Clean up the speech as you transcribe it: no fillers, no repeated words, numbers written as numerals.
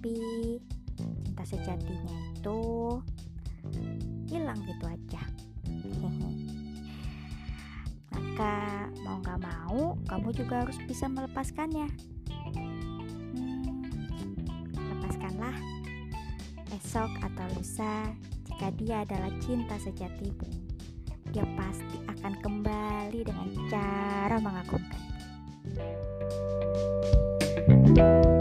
Tapi cinta sejatinya itu hilang gitu aja. Maka mau gak mau kamu juga harus bisa melepaskannya. Lepaskanlah. Esok atau lusa, jika dia adalah cinta sejatimu, dia pasti akan kembali dengan cara mengagumkan.